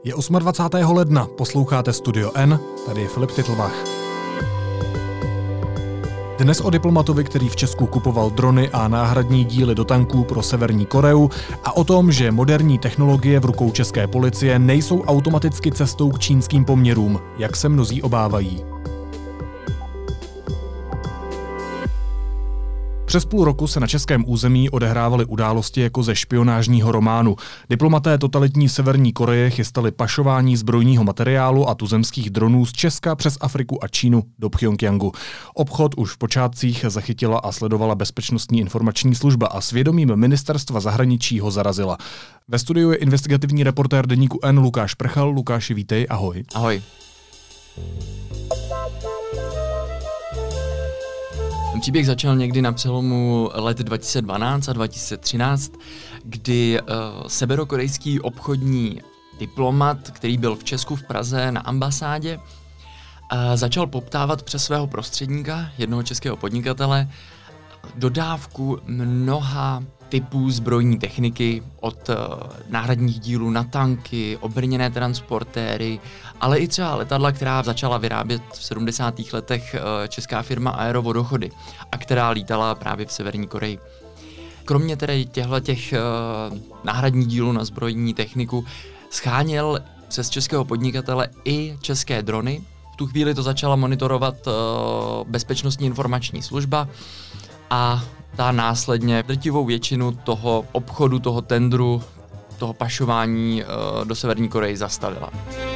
Je 28. ledna, posloucháte Studio N, tady je Filip Titlbach. Dnes o diplomatovi, který v Česku kupoval drony a náhradní díly do tanků pro Severní Koreu, a o tom, že moderní technologie v rukou české policie nejsou automaticky cestou k čínským poměrům, jak se mnozí obávají. Přes půl roku se na českém území odehrávaly události jako ze špionážního románu. Diplomaté totalitní Severní Koreje chystali pašování zbrojního materiálu a tuzemských dronů z Česka přes Afriku a Čínu do Pchjongjangu. Obchod už v počátcích zachytila a sledovala Bezpečnostní informační služba a svědomím ministerstva zahraničí ho zarazila. Ve studiu je investigativní reportér deníku N Lukáš Prchal. Lukáši, vítej, ahoj. Ahoj. Příběh začal někdy na přelomu let 2012 a 2013, kdy severokorejský obchodní diplomat, který byl v Česku v Praze na ambasádě, začal poptávat přes svého prostředníka, jednoho českého podnikatele, dodávku mnoha typů zbrojní techniky, od náhradních dílů na tanky, obrněné transportéry, ale i třeba letadla, která začala vyrábět v 70. letech česká firma Aerovodochody a která lítala právě v Severní Koreji. Kromě tedy těch náhradních dílů na zbrojní techniku scháněl přes českého podnikatele i české drony. V tu chvíli to začala monitorovat Bezpečnostní informační služba a ta následně drtivou většinu toho obchodu, toho tendru, toho pašování do Severní Koreji zastavila.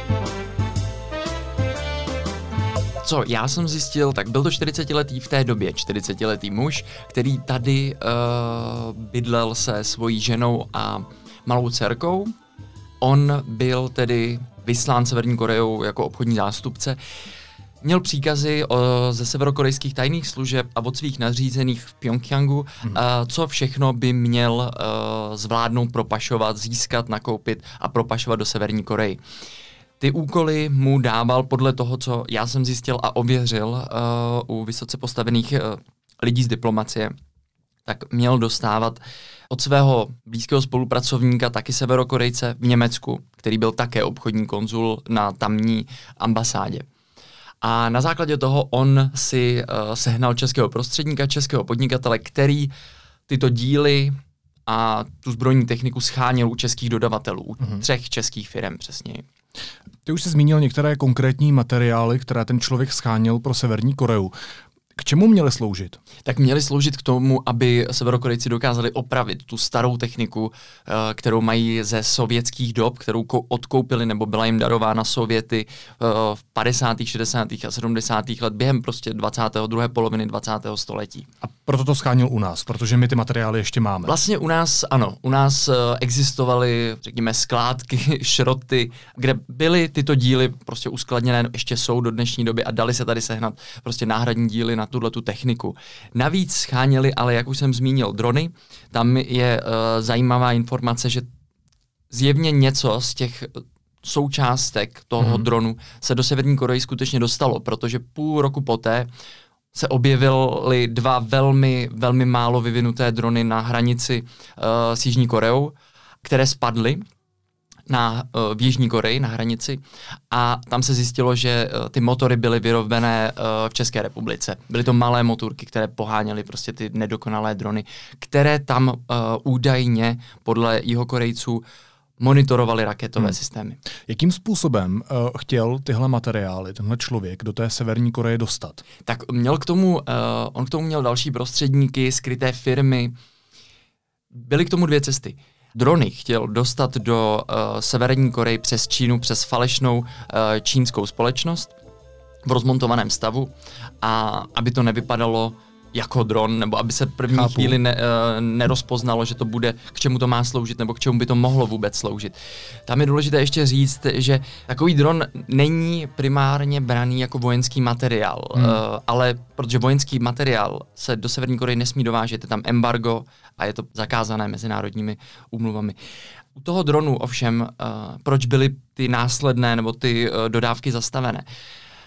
Co já jsem zjistil, tak byl to 40letý v té době, 40letý muž, který tady bydlel se svojí ženou a malou dcerkou. On byl tedy vyslán Severní Koreou jako obchodní zástupce. Měl příkazy ze severokorejských tajných služeb a od svých nadřízených v Pchjongjangu, co všechno by měl zvládnout propašovat, získat, nakoupit a propašovat do Severní Koreji. Ty úkoly mu dával podle toho, co já jsem zjistil a ověřil u vysoce postavených lidí z diplomacie, tak měl dostávat od svého blízkého spolupracovníka, taky Severokorejce v Německu, který byl také obchodní konzul na tamní ambasádě. A na základě toho on si sehnal českého prostředníka, českého podnikatele, který tyto díly a tu zbrojní techniku scháněl u českých dodavatelů, u 3 českých firem přesněji. Ty už jsi zmínil některé konkrétní materiály, které ten člověk scháněl pro Severní Koreu. K čemu měly sloužit? Tak měly sloužit k tomu, aby Severokorejci dokázali opravit tu starou techniku, kterou mají ze sovětských dob, kterou odkoupili nebo byla jim darována Sověty v 50., 60. a 70. let během prostě druhé poloviny 20. století. A proto to scháněl u nás, protože my ty materiály ještě máme. Vlastně u nás, ano, u nás existovaly, řekněme, skládky, šroty, kde byly tyto díly prostě uskladněné, ještě jsou do dnešní doby a dali se tady sehnat prostě náhradní díly na tuhletu techniku. Navíc scháněli, ale jak už jsem zmínil, drony. Tam je zajímavá informace, že zjevně něco z těch součástek toho dronu se do Severní Koreji skutečně dostalo, protože půl roku poté se objevily 2 velmi, velmi málo vyvinuté drony na hranici s Jižní Koreou, které spadly v Jižní Koreji na hranici a tam se zjistilo, že ty motory byly vyrobené v České republice. Byly to malé motorky, které poháněly prostě ty nedokonalé drony, které tam údajně podle Jihokorejců monitorovaly raketové systémy. Jakým způsobem chtěl tyhle materiály, tenhle člověk do té Severní Koreje dostat? Tak on k tomu měl další prostředníky, skryté firmy. Byly k tomu 2 cesty. Drony chtěl dostat do Severní Koreji přes Čínu, přes falešnou čínskou společnost v rozmontovaném stavu a aby to nevypadalo jako dron, nebo aby se první chvíli nerozpoznalo, že to bude, k čemu to má sloužit, nebo k čemu by to mohlo vůbec sloužit. Tam je důležité ještě říct, že takový dron není primárně braný jako vojenský materiál, ale protože vojenský materiál se do Severní Koreje nesmí dovážet, je tam embargo a je to zakázané mezinárodními úmluvami. U toho dronu ovšem, proč byly ty následné nebo ty dodávky zastavené?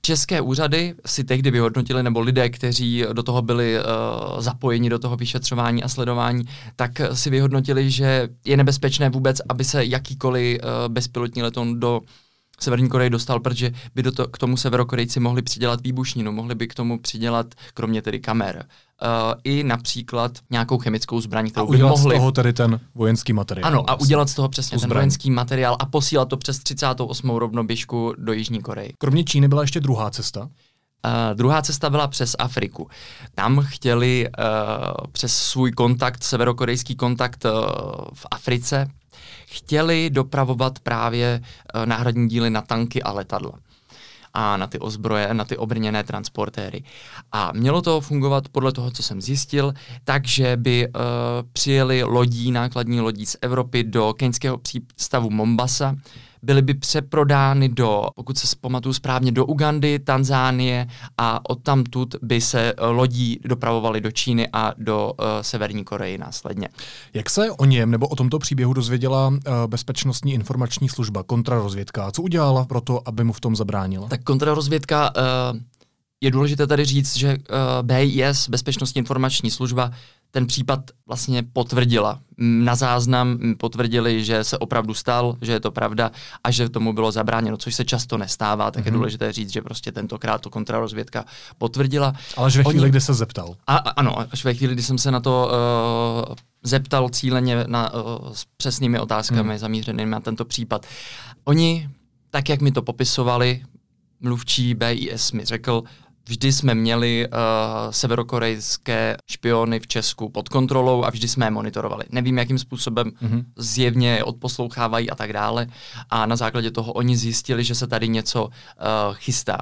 České úřady si tehdy vyhodnotili, nebo lidé, kteří do toho byli zapojeni do toho vyšetřování a sledování, tak si vyhodnotili, že je nebezpečné vůbec, aby se jakýkoliv bezpilotní letoun do Severní Koreji dostal, protože by k tomu Severokorejci mohli přidělat výbušninu, mohli by k tomu přidělat, kromě tedy kamer, i například nějakou chemickou zbraň, kterou by mohli... A udělat z toho tedy ten vojenský materiál. Ano, a udělat z toho přesně ten vojenský materiál a posílat to přes 38. rovnoběžku do Jižní Koreji. Kromě Číny byla ještě druhá cesta? Druhá cesta byla přes Afriku. Tam chtěli přes svůj kontakt, severokorejský kontakt v Africe, chtěli dopravovat právě náhradní díly na tanky a letadla a na ty ozbroje, na ty obrněné transportéry. A mělo to fungovat podle toho, co jsem zjistil, takže by přijeli nákladní lodí z Evropy do keňského přístavu Mombasa, byly by přeprodány pokud se pamatuju správně, do Ugandy, Tanzánie a odtamtud by se lodí dopravovaly do Číny a do Severní Koreji následně. Jak se o něm nebo o tomto příběhu dozvěděla Bezpečnostní informační služba, kontrarozvědka? Co udělala pro to, aby mu v tom zabránila? Tak kontrarozvědka, je důležité tady říct, že BIS, Bezpečnostní informační služba, ten případ vlastně potvrdila. Na záznam potvrdili, že se opravdu stal, že je to pravda a že tomu bylo zabráněno, což se často nestává, tak je důležité říct, že prostě tentokrát to kontrarozvědka potvrdila. Ale až ve chvíli, kdy se zeptal. Ano, až ve chvíli, kdy jsem se na to zeptal cíleně s přesnými otázkami zamířenými na tento případ. Oni, tak jak mi to popisovali, mluvčí BIS mi řekl, vždy jsme měli severokorejské špiony v Česku pod kontrolou a vždy jsme je monitorovali. Nevím, jakým způsobem zjevně je odposlouchávají a tak dále. A na základě toho oni zjistili, že se tady něco chystá.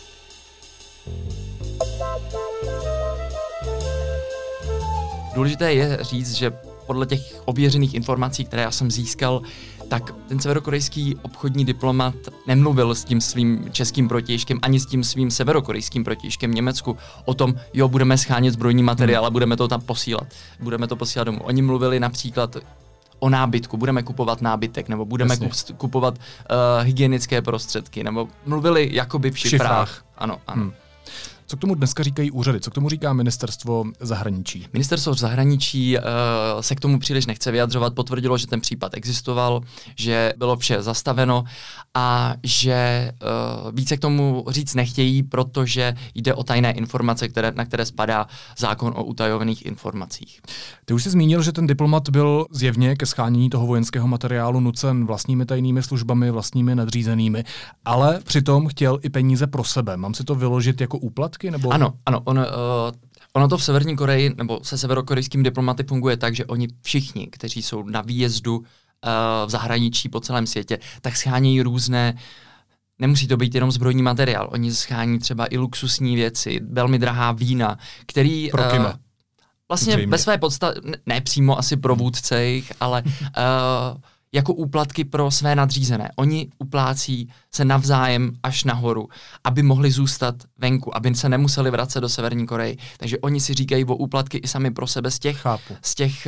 Důležité je říct, že podle těch ověřených informací, které já jsem získal, tak ten severokorejský obchodní diplomat nemluvil s tím svým českým protějškem ani s tím svým severokorejským protějškem v Německu o tom, budeme schánět zbrojní materiál a budeme to tam posílat. Budeme to posílat domů. Oni mluvili například o nábytku, budeme kupovat nábytek, nebo budeme kupovat hygienické prostředky, nebo mluvili jakoby v šifrách. Ano. Co k tomu dneska říkají úřady? Co k tomu říká ministerstvo zahraničí? Ministerstvo zahraničí se k tomu příliš nechce vyjadřovat, potvrdilo, že ten případ existoval, že bylo vše zastaveno a že více k tomu říct nechtějí, protože jde o tajné informace, na které spadá zákon o utajovaných informacích. Ty už jsi zmínil, že ten diplomat byl zjevně ke shánění toho vojenského materiálu nucen vlastními tajnými službami, vlastními nadřízenými, ale přitom chtěl i peníze pro sebe. Mám si to vyložit jako úplatky? Nebo... Ano, ono to v Severní Koreji nebo se severokorejským diplomaty funguje tak, že oni všichni, kteří jsou na výjezdu v zahraničí po celém světě, tak schánějí různé, nemusí to být jenom zbrojní materiál, oni schání třeba i luxusní věci, velmi drahá vína, který vlastně ve své podstatě, ne přímo asi pro vůdce jich, ale jako úplatky pro své nadřízené. Oni uplácí se navzájem až nahoru, aby mohli zůstat venku, aby se nemuseli vracet do Severní Koreji. Takže oni si říkají o úplatky i sami pro sebe z těch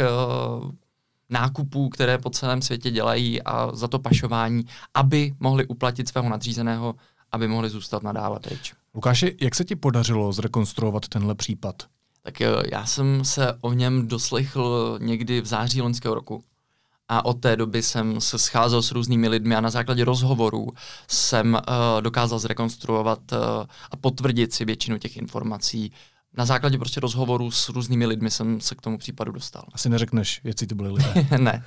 nákupů, které po celém světě dělají a za to pašování, aby mohli uplatit svého nadřízeného, aby mohli zůstat nadále pryč. Lukáši, jak se ti podařilo zrekonstruovat tenhle případ? Tak já jsem se o něm doslechl někdy v září loňského roku. A od té doby jsem se scházel s různými lidmi a na základě rozhovorů jsem dokázal zrekonstruovat a potvrdit si většinu těch informací. Na základě prostě rozhovorů s různými lidmi jsem se k tomu případu dostal. Asi neřekneš, jestli to byli lidé. Ne.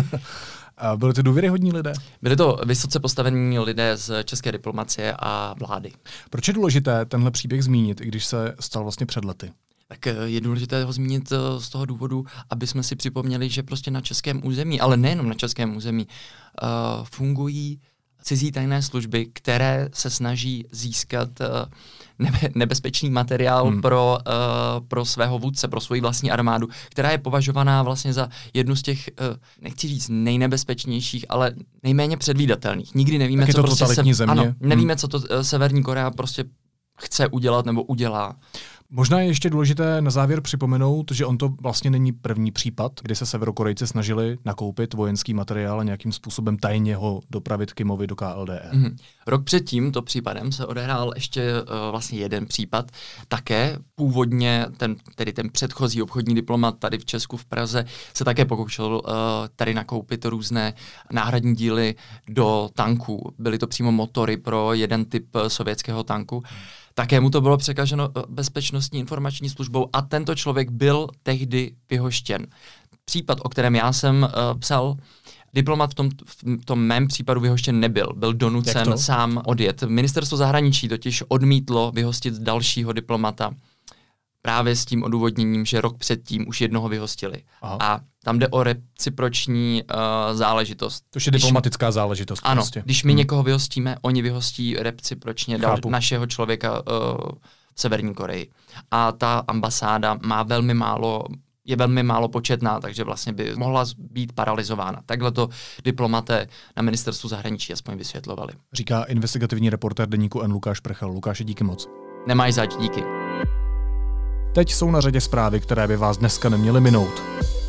A byli to důvěryhodní lidé? Byli to vysoce postavení lidé z české diplomacie a vlády. Proč je důležité tenhle příběh zmínit, i když se stal vlastně před lety? Tak je důležité ho zmínit z toho důvodu, aby jsme si připomněli, že prostě na českém území, ale nejenom na českém území, fungují cizí tajné služby, které se snaží získat nebezpečný materiál pro svého vůdce, pro svoji vlastní armádu, která je považovaná vlastně za jednu z těch, nechci říct nejnebezpečnějších, ale nejméně předvídatelných. Nikdy nevíme, co prostě nevíme, co to Severní Korea prostě chce udělat nebo udělá. Možná je ještě důležité na závěr připomenout, že on to vlastně není první případ, kdy se Severokorejci snažili nakoupit vojenský materiál a nějakým způsobem tajně ho dopravit Kimovi do KLDR. Rok před tímto případem se odehrál ještě vlastně jeden případ. Také původně ten předchozí obchodní diplomat tady v Česku v Praze se také pokoušel tady nakoupit různé náhradní díly do tanků. Byly to přímo motory pro jeden typ sovětského tanku. Také mu to bylo překaženo bezpečnostní informační službou a tento člověk byl tehdy vyhoštěn. Případ, o kterém já jsem psal, diplomat v tom mém případu vyhoštěn nebyl. Byl donucen sám odjet. Ministerstvo zahraničí totiž odmítlo vyhostit dalšího diplomata právě s tím odůvodněním, že rok předtím už jednoho vyhostili. Aha. A tam jde o reciproční záležitost. To je diplomatická záležitost. Ano, prostě. Když my někoho vyhostíme, oni vyhostí recipročně našeho člověka v Severní Koreji. A ta ambasáda je velmi málo početná, takže vlastně by mohla být paralizována. Takhle to diplomaté na ministerstvu zahraničí aspoň vysvětlovali. Říká investigativní reportér deníku N. Lukáš Prchal. Lukáši, díky moc. Nemáš zač, díky. Teď jsou na řadě zprávy, které by vás dneska neměly minout.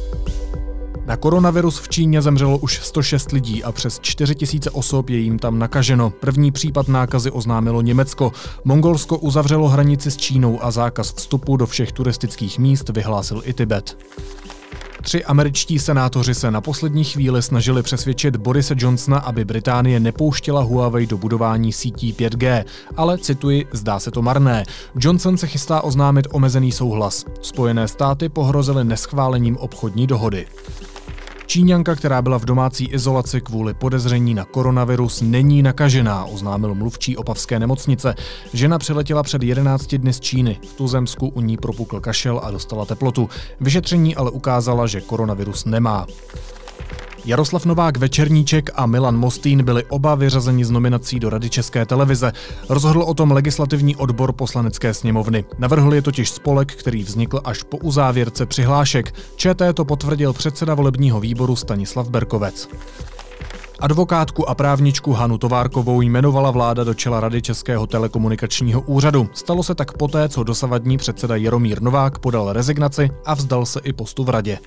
Na koronavirus v Číně zemřelo už 106 lidí a přes 4 000 osob je jim tam nakaženo. První případ nákazy oznámilo Německo. Mongolsko uzavřelo hranici s Čínou a zákaz vstupu do všech turistických míst vyhlásil i Tibet. 3 američtí senátoři se na poslední chvíli snažili přesvědčit Borise Johnsona, aby Británie nepouštěla Huawei do budování sítí 5G, ale cituji, zdá se to marné. Johnson se chystá oznámit omezený souhlas. Spojené státy pohrozily neschválením obchodní dohody. Číňanka, která byla v domácí izolaci kvůli podezření na koronavirus, není nakažená, oznámil mluvčí opavské nemocnice. Žena přiletěla před 11 dny z Číny. V Tuzemsku u ní propukl kašel a dostala teplotu. Vyšetření ale ukázala, že koronavirus nemá. Jaroslav Novák Večerníček a Milan Mostýn byli oba vyřazeni z nominací do Rady České televize. Rozhodl o tom legislativní odbor Poslanecké sněmovny. Navrhl je totiž spolek, který vznikl až po uzávěrce přihlášek. ČT to potvrdil předseda volebního výboru Stanislav Berkovec. Advokátku a právničku Hanu Továrkovou jmenovala vláda do čela Rady Českého telekomunikačního úřadu. Stalo se tak poté, co dosavadní předseda Jaromír Novák podal rezignaci a vzdal se i postu v radě.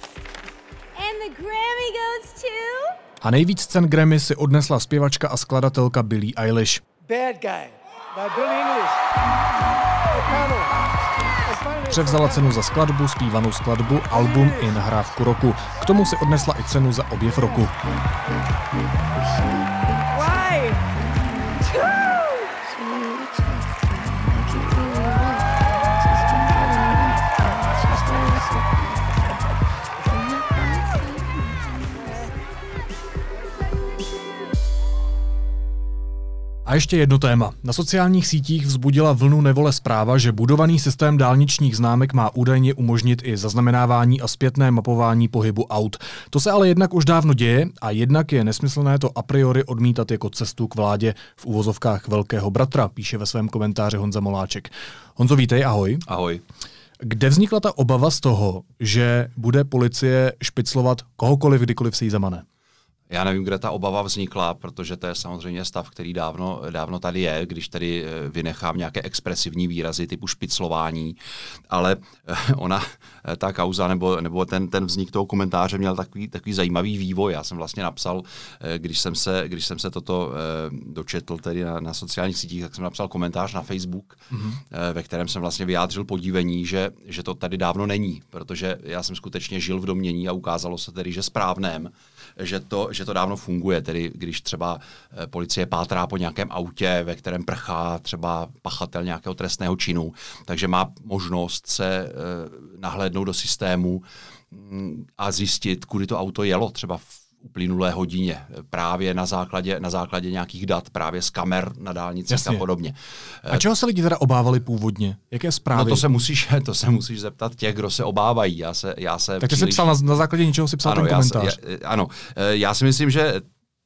A nejvíc cen Grammy si odnesla zpěvačka a skladatelka Billie Eilish. Bad Guy by Billie Eilish. Převzala cenu za skladbu, zpívanou skladbu, album i nahrávku roku. K tomu si odnesla i cenu za objev roku. A ještě jedno téma. Na sociálních sítích vzbudila vlnu nevole zpráva, že budovaný systém dálničních známek má údajně umožnit i zaznamenávání a zpětné mapování pohybu aut. To se ale jednak už dávno děje a jednak je nesmyslné to a priori odmítat jako cestu k vládě v uvozovkách velkého bratra, píše ve svém komentáři Honza Moláček. Honzo, vítej, ahoj. Ahoj. Kde vznikla ta obava z toho, že bude policie špiclovat kohokoliv, kdykoliv se jí zamane? Já nevím, kde ta obava vznikla, protože to je samozřejmě stav, který dávno tady je, když tady vynechám nějaké expresivní výrazy typu špiclování, ale ta kauza nebo ten vznik toho komentáře měl takový zajímavý vývoj. Já jsem vlastně napsal, když jsem se toto dočetl tedy na sociálních sítích, tak jsem napsal komentář na Facebook, ve kterém jsem vlastně vyjádřil podívení, že to tady dávno není, protože já jsem skutečně žil v domnění a ukázalo se tedy, že správném, že to dávno funguje, tedy když třeba policie pátrá po nějakém autě, ve kterém prchá třeba pachatel nějakého trestného činu, takže má možnost se nahlédnout do systému a zjistit, kudy to auto jelo třeba v uplynulé hodině, právě na základě nějakých dat, právě z kamer na dálnicích a podobně. A čeho se lidi teda obávali původně? Jaké zprávy? No to se musíš zeptat těch, kdo se obávají. Tak ty jsi psal na základě něčeho si psal ten komentář. Já si myslím, že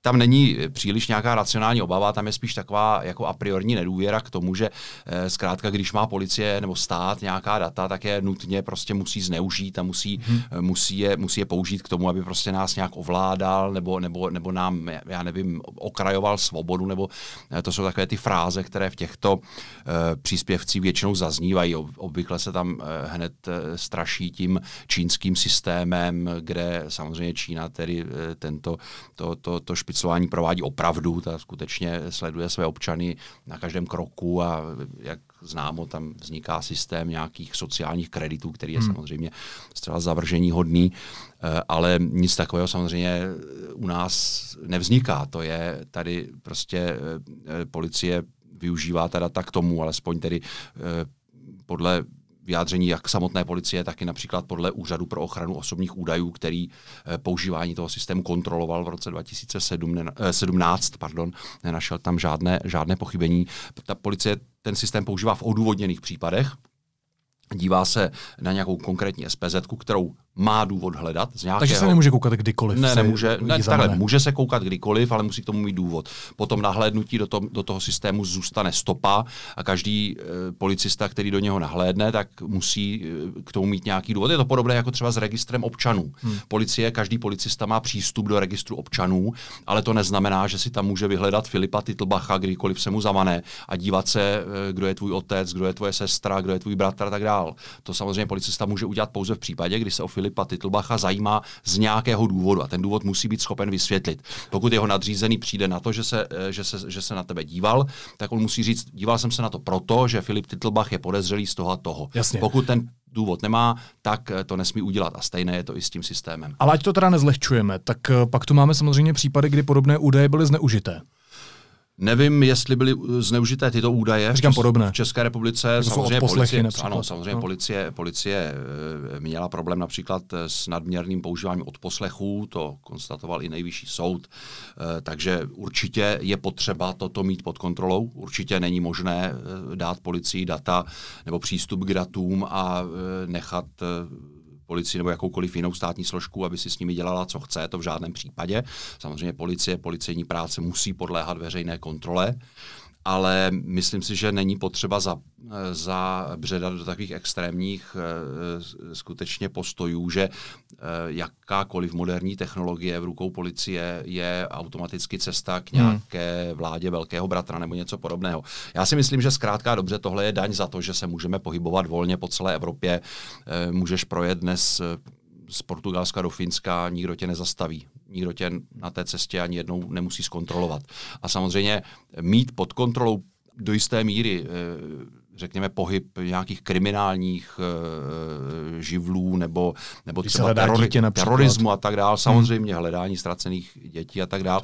tam není příliš nějaká racionální obava, tam je spíš taková jako a priorní nedůvěra k tomu, že zkrátka, když má policie nebo stát nějaká data, tak je nutně prostě musí zneužít a musí je použít k tomu, aby prostě nás nějak ovládal nebo nám, já nevím, okrajoval svobodu, nebo to jsou takové ty fráze, které v těchto příspěvcích většinou zaznívají. Obvykle se tam hned straší tím čínským systémem, kde samozřejmě Čína tedy to špiclování provádí opravdu, ta skutečně sleduje své občany na každém kroku a jak známo, tam vzniká systém nějakých sociálních kreditů, který je samozřejmě zcela zavrženíhodný, ale nic takového samozřejmě u nás nevzniká. To je tady prostě policie využívá ta data k tomu, alespoň tedy podle vyjádření jak samotné policie, tak i například podle Úřadu pro ochranu osobních údajů, který používání toho systému kontroloval v roce 2017, nenašel tam žádné pochybení. Ta policie ten systém používá v odůvodněných případech, dívá se na nějakou konkrétní SPZ, kterou má důvod hledat. Takže se nemůže koukat kdykoliv. Může se koukat kdykoliv, ale musí k tomu mít důvod. Potom nahlédnutí do toho systému zůstane stopa a každý policista, který do něho nahlédne, tak musí k tomu mít nějaký důvod. Je to podobné jako třeba s registrem občanů. Každý policista má přístup do registru občanů, ale to neznamená, že si tam může vyhledat Filipa Titlbacha, kdykoliv se mu zamane a dívat se, kdo je tvůj otec, kdo je tvoje sestra, kdo je tvůj bratr a tak dál. To samozřejmě policista může udělat pouze v případě, kdy se o Filipa Titlbacha zajímá z nějakého důvodu a ten důvod musí být schopen vysvětlit. Pokud jeho nadřízený přijde na to, že se na tebe díval, tak on musí říct, díval jsem se na to proto, že Filip Titlbach je podezřelý z toho a toho. Jasně. Pokud ten důvod nemá, tak to nesmí udělat a stejné je to i s tím systémem. Ale ať to teda nezlehčujeme, tak pak tu máme samozřejmě případy, kdy podobné údaje byly zneužité. Nevím, jestli byly zneužité tyto údaje v České republice. Samozřejmě policie měla problém například s nadměrným používáním odposlechů, to konstatoval i Nejvyšší soud, takže určitě je potřeba toto mít pod kontrolou. Určitě není možné dát policii data nebo přístup k datům a nechat policii nebo jakoukoliv jinou státní složku, aby si s nimi dělala, co chce, to v žádném případě. Samozřejmě policejní práce musí podléhat veřejné kontrole, ale myslím si, že není potřeba zabředat do takových extrémních skutečně postojů, že jakákoliv moderní technologie v rukou policie je automaticky cesta k nějaké vládě velkého bratra nebo něco podobného. Já si myslím, že zkrátka dobře tohle je daň za to, že se můžeme pohybovat volně po celé Evropě. Můžeš projet dnes z Portugalska do Finska, nikdo tě nezastaví. Nikdo tě na té cestě ani jednou nemusí zkontrolovat. A samozřejmě mít pod kontrolou do jisté míry, řekněme, pohyb nějakých kriminálních živlů nebo třeba terorismu a tak dále, samozřejmě hledání ztracených dětí a tak dále.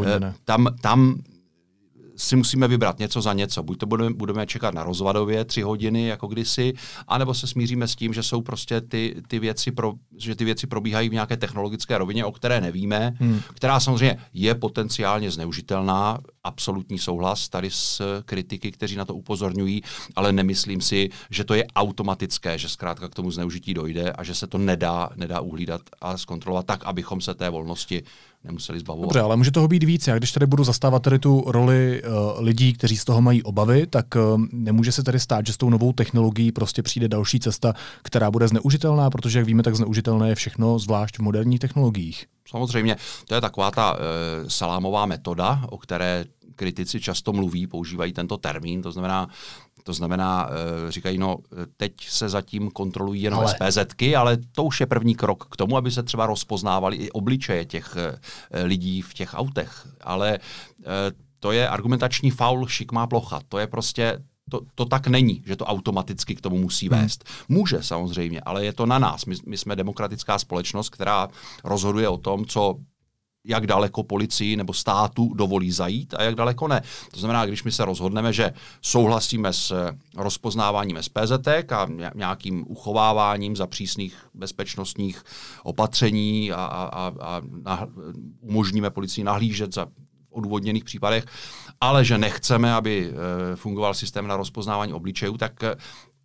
Tam si musíme vybrat něco za něco. Buď to budeme čekat na Rozvadově 3 hodiny, jako kdysi, anebo se smíříme s tím, že jsou prostě ty věci probíhají v nějaké technologické rovině, o které nevíme, která samozřejmě je potenciálně zneužitelná. Absolutní souhlas tady s kritiky, kteří na to upozorňují, ale nemyslím si, že to je automatické, že zkrátka k tomu zneužití dojde a že se to nedá uhlídat a zkontrolovat tak, abychom se té volnosti nemuseli zbavovat. Dobře, ale může toho být víc. Já když tady budu zastávat tady tu roli lidí, kteří z toho mají obavy, tak nemůže se tady stát, že s tou novou technologií prostě přijde další cesta, která bude zneužitelná, protože jak víme, tak zneužitelné je všechno, zvlášť v moderních technologiích. Samozřejmě, to je taková ta salámová metoda, o které kritici často mluví, používají tento termín, to znamená, říkají, no teď se zatím kontrolují jenom SPZky, ale to už je první krok k tomu, aby se třeba rozpoznávaly i obličeje těch lidí v těch autech. Ale to je argumentační faul, šikmá plocha. To je prostě, to tak není, že to automaticky k tomu musí vést. Může samozřejmě, ale je to na nás. My jsme demokratická společnost, která rozhoduje o tom, jak daleko policii nebo státu dovolí zajít a jak daleko ne. To znamená, když my se rozhodneme, že souhlasíme s rozpoznáváním SPZek a nějakým uchováváním za přísných bezpečnostních opatření a umožníme policii nahlížet za odůvodněných případech, ale že nechceme, aby fungoval systém na rozpoznávání obličejů, tak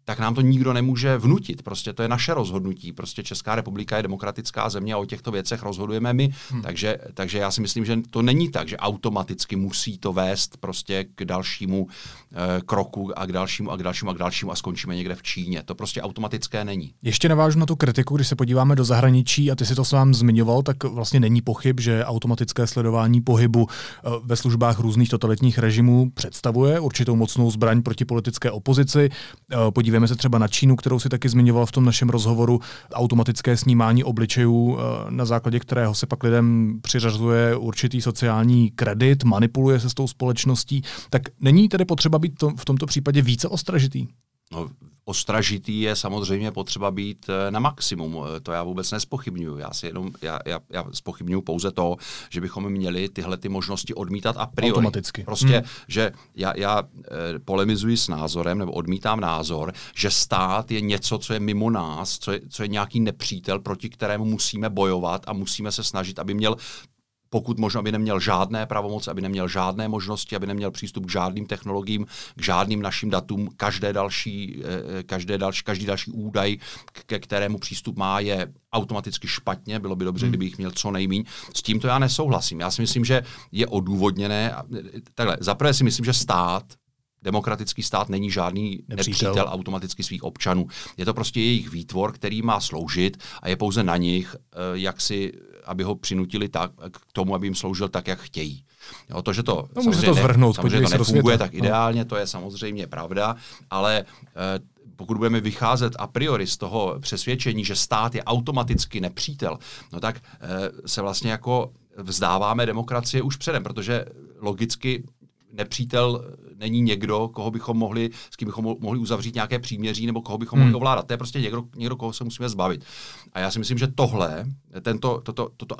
tak nám to nikdo nemůže vnutit. Prostě to je naše rozhodnutí. Prostě Česká republika je demokratická země a o těchto věcech rozhodujeme my. Takže já si myslím, že to není tak, že automaticky musí to vést prostě k dalšímu kroku a k dalšímu a k dalšímu a k dalšímu a skončíme někde v Číně. To prostě automatické není. Ještě navážu na tu kritiku, když se podíváme do zahraničí, a ty si to sám zmiňoval, tak vlastně není pochyb, že automatické sledování pohybu ve službách různých totalitních režimů představuje určitou mocnou zbraň proti politické opozici. Podívejme se třeba na Čínu, kterou si taky zmiňoval v tom našem rozhovoru, automatické snímání obličejů, na základě kterého se pak lidem přiřazuje určitý sociální kredit, manipuluje se s tou společností. Tak není tedy potřeba být v tomto případě více ostražitý? No, ostražitý je samozřejmě potřeba být na maximum. To já vůbec nespochybňuju. Já zpochybňuju pouze to, že bychom měli tyhle ty možnosti odmítat a priori. Automaticky. Prostě, že já polemizuji s názorem, nebo odmítám názor, že stát je něco, co je mimo nás, co je nějaký nepřítel, proti kterému musíme bojovat a musíme se snažit, aby měl pokud možno, aby neměl žádné pravomoci, aby neměl žádné možnosti, aby neměl přístup k žádným technologiím, k žádným našim datům, každý další údaj, ke kterému přístup má, je automaticky špatně, bylo by dobře, kdyby jich měl co nejmíň. S tímto já nesouhlasím. Já si myslím, že je odůvodněné, takhle, zaprvé si myslím, že demokratický stát není žádný nepřítel automaticky svých občanů. Je to prostě jejich výtvor, který má sloužit a je pouze na nich, aby ho přinutili k tomu, aby jim sloužil tak, jak chtějí. Jo, to, že to samozřejmě to nefunguje tak ideálně, to je samozřejmě pravda, ale pokud budeme vycházet a priori z toho přesvědčení, že stát je automaticky nepřítel, no tak se vlastně jako vzdáváme demokracie už předem, protože logicky nepřítel není někdo, s kým bychom mohli uzavřít nějaké příměří nebo koho bychom mohli ovládat. To je prostě někdo, koho se musíme zbavit. A já si myslím, že tento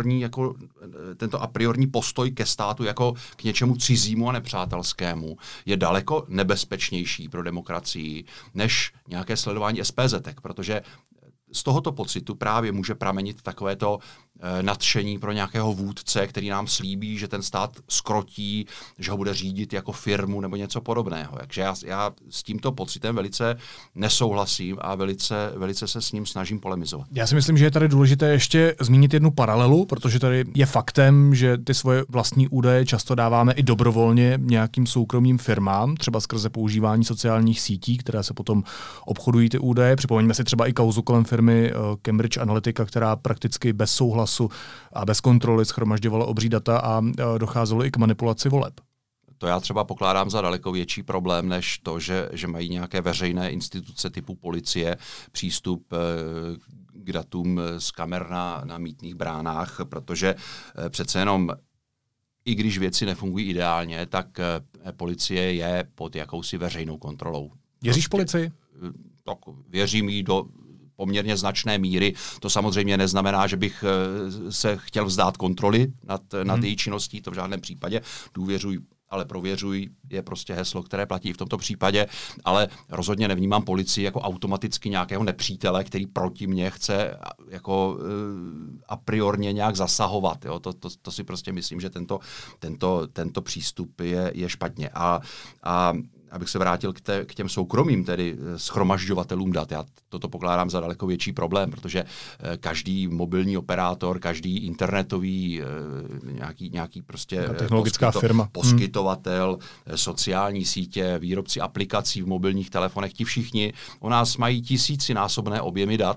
a priorní postoj ke státu jako k něčemu cizímu a nepřátelskému je daleko nebezpečnější pro demokracii než nějaké sledování SPZ-ek, protože z tohoto pocitu právě může pramenit takovéto nadšení pro nějakého vůdce, který nám slíbí, že ten stát skrotí, že ho bude řídit jako firmu nebo něco podobného. Takže já s tímto pocitem velice nesouhlasím a velice se s ním snažím polemizovat. Já si myslím, že je tady důležité ještě zmínit jednu paralelu, protože tady je faktem, že ty svoje vlastní údaje často dáváme i dobrovolně nějakým soukromým firmám, třeba skrze používání sociálních sítí, které se potom obchodují ty údaje. Připomeňme si třeba i kauzu kolem firmy Cambridge Analytica, která prakticky bez souhlasu a bez kontroly shromažďovala obří data a docházelo i k manipulaci voleb. To já třeba pokládám za daleko větší problém, než to, že mají nějaké veřejné instituce typu policie přístup k datům z kamer na mýtných bránách, protože přece jenom i když věci nefungují ideálně, tak policie je pod jakousi veřejnou kontrolou. Věříš policii? Tak věřím jí do poměrně značné míry. To samozřejmě neznamená, že bych se chtěl vzdát kontroly nad její činností, to v žádném případě. Důvěřuj, ale prověřuj je prostě heslo, které platí i v tomto případě, ale rozhodně nevnímám policii jako automaticky nějakého nepřítele, který proti mně chce jako a priorně nějak zasahovat. Jo? To si prostě myslím, že tento přístup je špatně. A abych se vrátil k těm soukromým, tedy shromažďovatelům dat. Já toto pokládám za daleko větší problém, protože každý mobilní operátor, každý internetový nějaký prostě technologická firma, poskytovatel, sociální sítě, výrobci aplikací v mobilních telefonech, ti všichni u nás mají tisícinásobné objemy dat,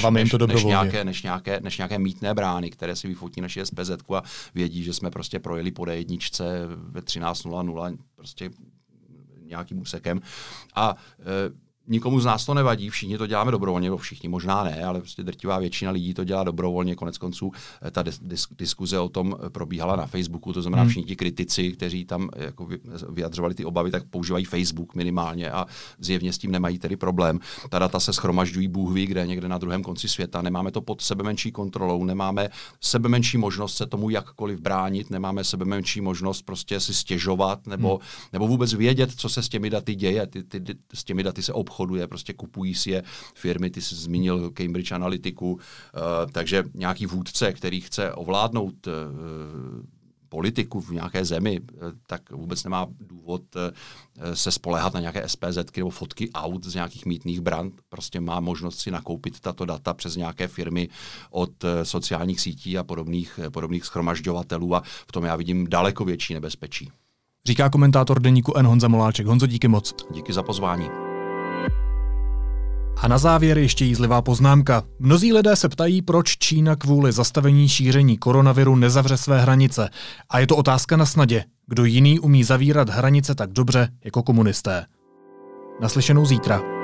než nějaké mýtné brány, které si vyfotí naši SPZ a vědí, že jsme prostě projeli po D1 ve 13:00 prostě nějakým úsekem a nikomu z nás to nevadí, všichni to děláme dobrovolně, všichni možná ne, ale prostě drtivá většina lidí to dělá dobrovolně, konec konců ta diskuze o tom probíhala na Facebooku, to znamená všichni ti kritici, kteří tam jako vyjadřovali ty obavy, tak používají Facebook minimálně a zjevně s tím nemají tedy problém. Ta data se shromažďují Bůh ví kde, někde na druhém konci světa, nemáme to pod sebemenší kontrolou, nemáme sebemenší možnost se tomu jakkoliv bránit, nemáme sebemenší možnost prostě si stěžovat nebo vůbec vědět, co se s těmi daty děje, s těmi daty se obchoduje, prostě kupují si je firmy, ty jsi zmínil Cambridge Analytiku, takže nějaký vůdce, který chce ovládnout politiku v nějaké zemi, tak vůbec nemá důvod se spoléhat na nějaké SPZky nebo fotky aut z nějakých mýtných bran. Prostě má možnost si nakoupit tato data přes nějaké firmy od sociálních sítí a podobných shromažďovatelů a v tom já vidím daleko větší nebezpečí. Říká komentátor deníku N. Honza Moláček. Honzo, díky moc. Díky za pozvání. A na závěr ještě jízlivá poznámka. Mnozí lidé se ptají, proč Čína kvůli zastavení šíření koronaviru nezavře své hranice. A je to otázka na snadě. Kdo jiný umí zavírat hranice tak dobře jako komunisté? Naslyšenou zítra.